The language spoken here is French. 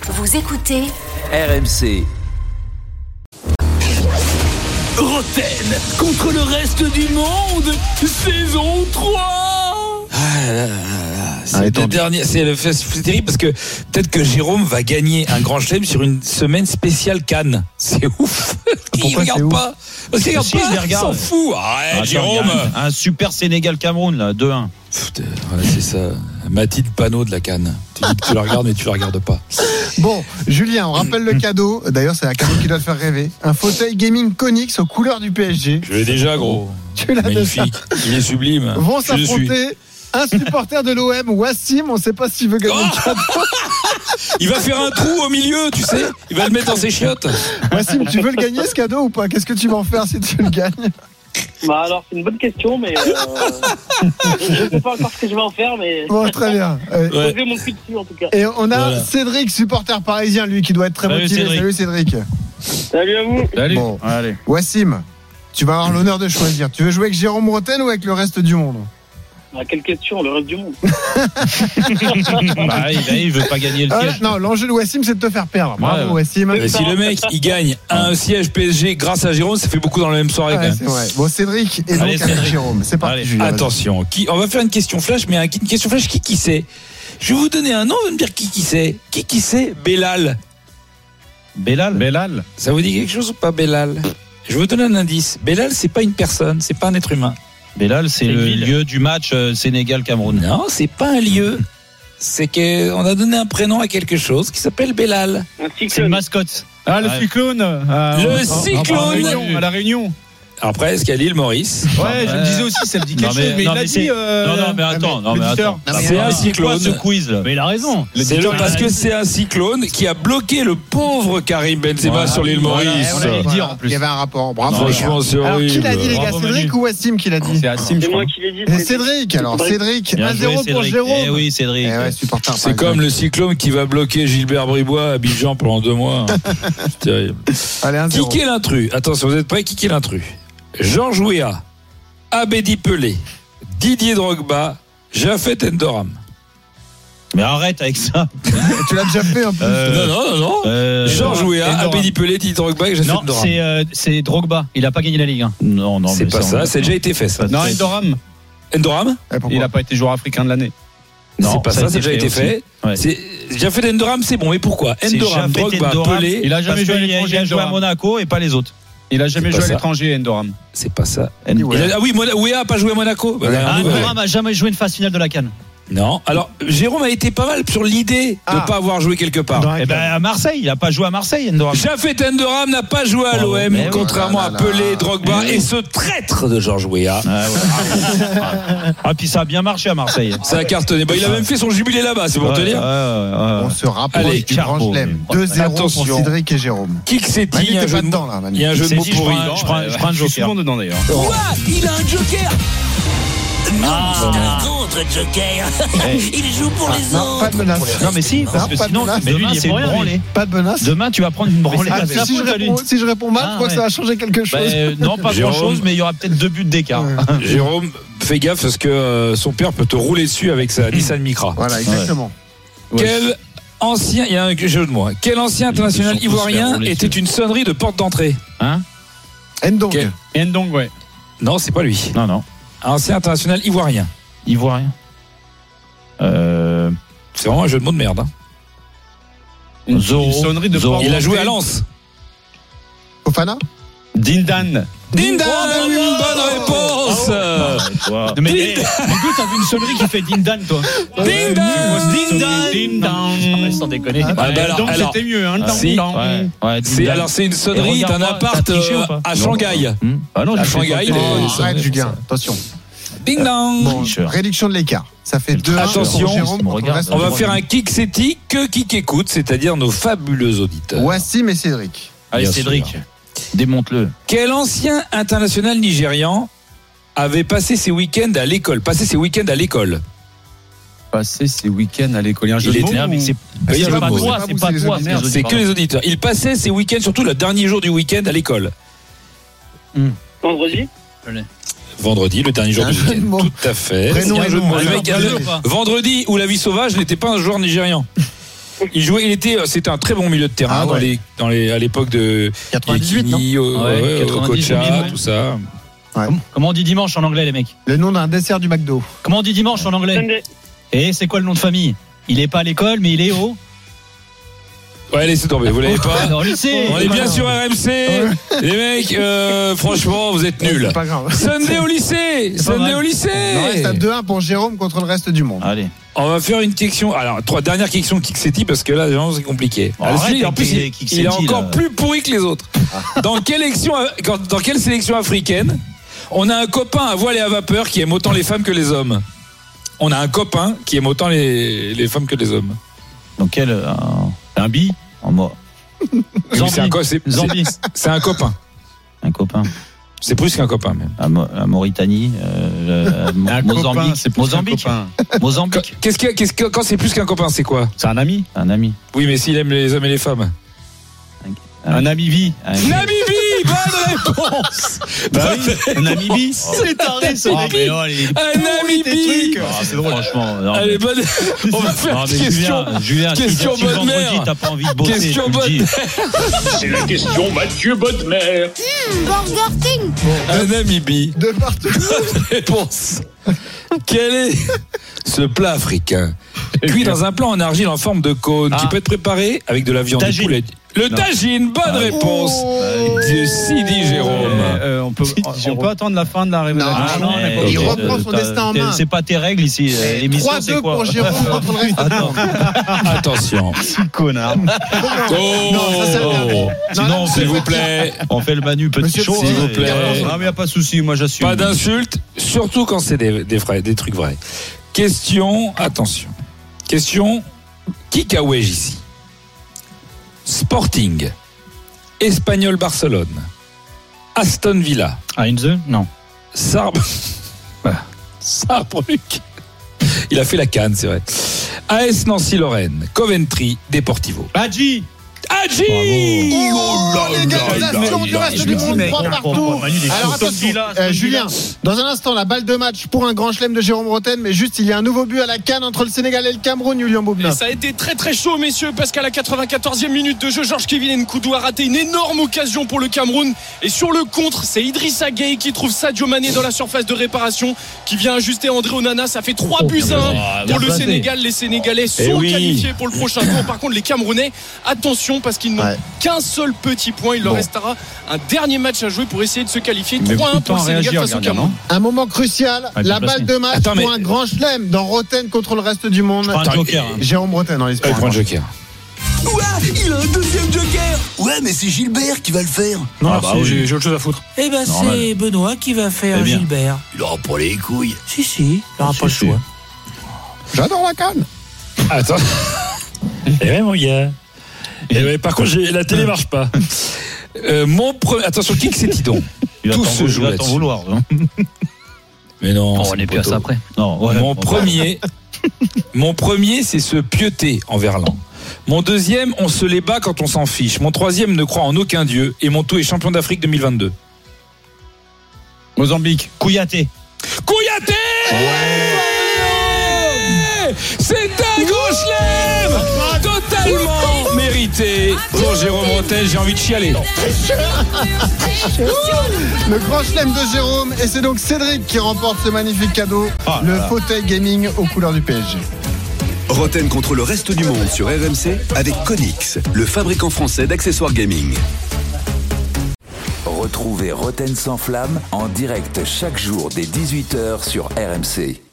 Vous écoutez RMC. Roten contre le reste du monde, saison 3. C'est terrible parce que peut-être que Jérôme va gagner un grand chelem sur une semaine spéciale Cannes. C'est ouf. Il regarde pas. Parce qu'il regarde pas. S'en fout. Arrête, Jérôme. Un super Sénégal-Cameroun là, 2-1. Voilà, c'est ça. Mathilde Panot de la Cannes. Tu dis que tu la regardes mais tu la regardes pas. Bon, Julien, on rappelle le cadeau. D'ailleurs, c'est un cadeau qui doit te faire rêver. Un fauteuil gaming Konix aux couleurs du PSG. Je l'ai déjà, gros. Tu l'as magnifique. Il est sublime. Vont s'affronter un supporter de l'OM, Wassim. On ne sait pas s'il veut gagner le cadeau. Il va faire un trou au milieu, tu sais. Il va le mettre dans ses chiottes. Wassim, tu veux le gagner ce cadeau ou pas? Qu'est-ce que tu vas en faire si tu le gagnes? Bah alors c'est une bonne question, mais je ne sais pas encore ce que je vais en faire, mais bon, très bien. Posez mon cul dessus en tout cas. Et on a Cédric, supporter parisien, lui qui doit être très motivé. Salut Cédric. Salut à vous. Salut. Bon, allez. Wassim, tu vas avoir l'honneur de choisir. Tu veux jouer avec Jérôme Roten ou avec le reste du monde? Quelle question, le reste du monde. Il veut pas gagner le siège. Non, l'enjeu de Wassim, c'est de te faire perdre. Bravo Wassim. Si le mec il gagne un siège PSG grâce à Jérôme, ça fait beaucoup dans la même soirée. Ouais, c'est vrai. Bon, Cédric et donc avec Jérôme. C'est parti, Julien. Attention, on va faire une question flash, mais une question flash qui c'est. Je vais vous donner un nom, vous allez me dire qui c'est. Qui c'est? Bellal. Bellal. Ça vous dit quelque chose ou pas, Bellal? Je vais vous donner un indice. Bellal, c'est pas une personne, c'est pas un être humain. Bellal, c'est le lieu du match Sénégal-Cameroun. Non, c'est pas un lieu. C'est qu'on a donné un prénom à quelque chose qui s'appelle Bellal. C'est une mascotte. Le cyclone. Le cyclone. À la Réunion. Après, est-ce qu'à l'île Maurice? Ouais, je me disais aussi, ça me dit quelque chose. Mais il a dit. Attends. C'est un cyclone. Ce quiz là. Mais il a raison. Parce que c'est un cyclone qui a bloqué le pauvre Karim Benzema sur l'île Maurice. On allait le dire en plus. Il y avait un rapport. Bravo. Franchement, c'est alors, horrible. qui l'a dit, les gars? Cédric ou Wassim qui l'a dit? C'est Wassim, c'est moi qui l'ai dit. C'est Cédric. Alors, Cédric, 1-0 pour Jérôme. Eh oui, Cédric. Supporter. C'est comme le cyclone qui va bloquer Gilbert Bribois à Abidjan pendant 2 mois. C'est terrible. Allez, 1-0. Qui est l'intrus? Attention, vous êtes prêts? Qui est l'intrus? Georges Weah, Abedi Pelé, Didier Drogba, Jafet Endoram. Mais arrête avec ça. Tu l'as déjà fait un peu. Non. Georges Weah, Abedi Pelé, Didier Drogba et Jafet Endoram. Non, c'est Drogba. Il a pas gagné la Ligue. Non. C'est pas ça. C'est déjà été fait ça. Non, Endoram. Endoram? Il a pas été joueur africain de l'année. Non, c'est pas ça. C'est déjà été fait. C'est Jafet Endoram, c'est bon. Mais pourquoi? Endoram, Drogba, Pelé. Il a jamais joué à l'étranger. Il a joué à Monaco et pas les autres. Il a jamais joué à l'étranger, Endoram. C'est pas ça. Weah a pas joué à Monaco. Endoram a jamais joué une phase finale de la CAN. Non. Alors, Jérôme a été pas mal sur l'idée de ne pas avoir joué quelque part. À Marseille, il a pas joué à Marseille, Endoram. Jafet Endoram n'a pas joué à l'OM, contrairement à Pelé, Drogba et ce traître de Georges Weah. Puis ça a bien marché à Marseille. Ça a cartonné. Il a même fait son jubilé là-bas, c'est pour te dire. On se rapproche du grand chelem. 2-0 pour Cédric et Jérôme. Qui que c'est? Il y a un jeu de mots pourri. Je prends un joker. Souvent dedans d'ailleurs. Quoi? Il a un joker? Non, c'est un autre joker. Il joue pour les autres. Pas de menace. Non mais si, parce que sinon demain c'est une branlée. Pas de menace. Demain tu vas prendre une branlée. Si je réponds mal, je crois que ça va changer quelque chose. Non, pas grand-chose, mais il y aura peut-être 2 buts d'écart. Jérôme, fais gaffe parce que son père peut te rouler dessus avec sa Nissan Micra. Voilà, exactement. Quel ancien, il y a un jeu de mots. Quel ancien international ivoirien était une sonnerie de porte d'entrée? Ndong, ouais. Non, c'est pas lui. Non. Ancien international ivoirien. Ivoirien. C'est vraiment un jeu de mots de merde. Une sonnerie de porte. Il a joué à Lens. Fofana. Dindan. Dindan, une bonne réponse. Mais écoute, t'as vu une sonnerie qui fait Dindan, toi? Dindan. Sans déconner. Donc c'était mieux, hein. C'est une sonnerie d'un appart à Shanghai. À Shanghai. Arrête, Julien. Attention. Ding dong. Bon, réduction de l'écart. Ça fait 2-1. Attention, on va faire un kick sétique qui écoute, c'est-à-dire nos fabuleux auditeurs. Wassim et Cédric. Allez, Cédric, démonte-le. Quel ancien international nigérian avait passé ses week-ends à l'école? Passer ses week-ends à l'école. Il y a un jeu de mots. Mais c'est pas toi. C'est que les auditeurs. Il passait ses week-ends, surtout le dernier jour du week-end, à l'école. Vendredi, le dernier jour du week-end. Tout à fait. Prénom et nom. Vendredi où la vie sauvage n'était pas un joueur nigérian. C'était un très bon milieu de terrain à l'époque de 98, Yekini, Okocha, tout ça. Ouais. Comment on dit dimanche en anglais, les mecs? Le nom d'un dessert du McDo. Comment on dit dimanche en anglais? Sunday. Et c'est quoi le nom de famille? Il est pas à l'école, mais il est au... Ouais, laissez tomber, vous l'avez pas. Dans le lycée. On est bien sur RMC. Les mecs, franchement, vous êtes nuls. C'est pas grave. Sunday au lycée. Sunday au lycée. On reste à 2-1 pour Jérôme contre le reste du monde. Allez. On va faire une question. Alors, 3 dernières questions Kiksetti parce que là, c'est compliqué. Arrête, en plus, il est encore plus pourri que les autres. Dans quelle sélection africaine on a un copain à voile et à vapeur qui aime autant les femmes que les hommes? On a un copain qui aime autant les femmes que les hommes. Donc quel un bi en moi. Zambie. C'est un copain. Un copain. C'est plus qu'un copain même. À Mauritanie, Mozambique. Quand c'est plus qu'un copain, c'est quoi? C'est un ami. Un ami. Oui, mais s'il aime les hommes et les femmes. Un ami vie. Namibie, bonne réponse. Un ami vie. C'est taré ce mec. Un Namibie. C'est drôle. Franchement. Allez, bonne. On va faire une question. Julien, question si bonne mère. T'as pas envie de bosser. Question bonne. C'est la question Mathieu Bodmer. Burger King. Un Namibie. De partout. Réponse. Quel est ce plat africain cuit dans un plat en argile en forme de cône qui peut être préparé avec de la viande de poulet? Le tagine, bonne réponse de Sidi Jérôme. On peut attendre la fin de la révélation. Non, il reprend son destin en main. C'est pas tes règles ici. L'émission, c'est 3-2 quoi? pour Jérôme contre le reste. Attention. Connard. Sinon, s'il vous plaît, on fait le Manu petit show. S'il vous plaît. Non, mais y a pas de souci, moi j'assume. Pas d'insultes, surtout quand c'est des trucs vrais. Question, attention. Question, Kikawège ici. Sporting, Espanyol Barcelone, Aston Villa, Heinze? Non. Saarbrück. Il a fait la canne, c'est vrai. AS Nancy Lorraine, Coventry, Deportivo. Hadji. L'égalisation du reste du monde, 3 partout. Alors attention, Julien, dans un instant, la balle de match pour un grand chelem de Jérôme Roten, mais juste, il y a un nouveau but à la canne entre le Sénégal et le Cameroun, Julien Boubna. Ça a été très très chaud, messieurs, parce qu'à la 94e minute de jeu, Georges Kevin Nkoudou a raté une énorme occasion pour le Cameroun. Et sur le contre, c'est Idrissa Gueye qui trouve Sadio Mané dans la surface de réparation, qui vient ajuster André Onana. Ça fait 3-1 pour le Sénégal. Les Sénégalais sont qualifiés pour le prochain tour. Par contre, les Camerounais, attention, parce qu'ils n'ont qu'un seul petit point. Il leur restera un dernier match à jouer pour essayer de se qualifier. 3-1 pour le Sénégal face au Cameroun. Un moment crucial, la balle de match pour un grand chelem dans Roten contre le reste du monde. Jérôme Roten en l'espère. Prends le joker. Ouais, il a un deuxième joker. Ouais, mais c'est Gilbert qui va le faire. Non, j'ai autre chose à foutre. Eh ben, c'est Benoît qui va faire Gilbert. Il aura pas les couilles. Si, il aura pas le choix. J'adore la canne. Attends. Eh ouais, mon gars. Par contre, la télé marche pas. Attention, Kiksetti donc. Tout se joue là-dessus. Vouloir. Mais non. On est plus à ça après. Non. Mon premier, c'est se pieuter en verlan. Mon deuxième, on se les bat quand on s'en fiche. Mon troisième ne croit en aucun dieu. Et mon tout est champion d'Afrique 2022. Mozambique. Kouyaté. C'est un gros chelem totalement mérité pour Jérôme Roten. J'ai envie de chialer. Le grand chelem de Jérôme, et c'est donc Cédric qui remporte ce magnifique cadeau, le fauteuil gaming aux couleurs du PSG. Roten contre le reste du monde sur RMC avec Konix, le fabricant français d'accessoires gaming. Retrouvez Roten sans flamme en direct chaque jour dès 18h sur RMC.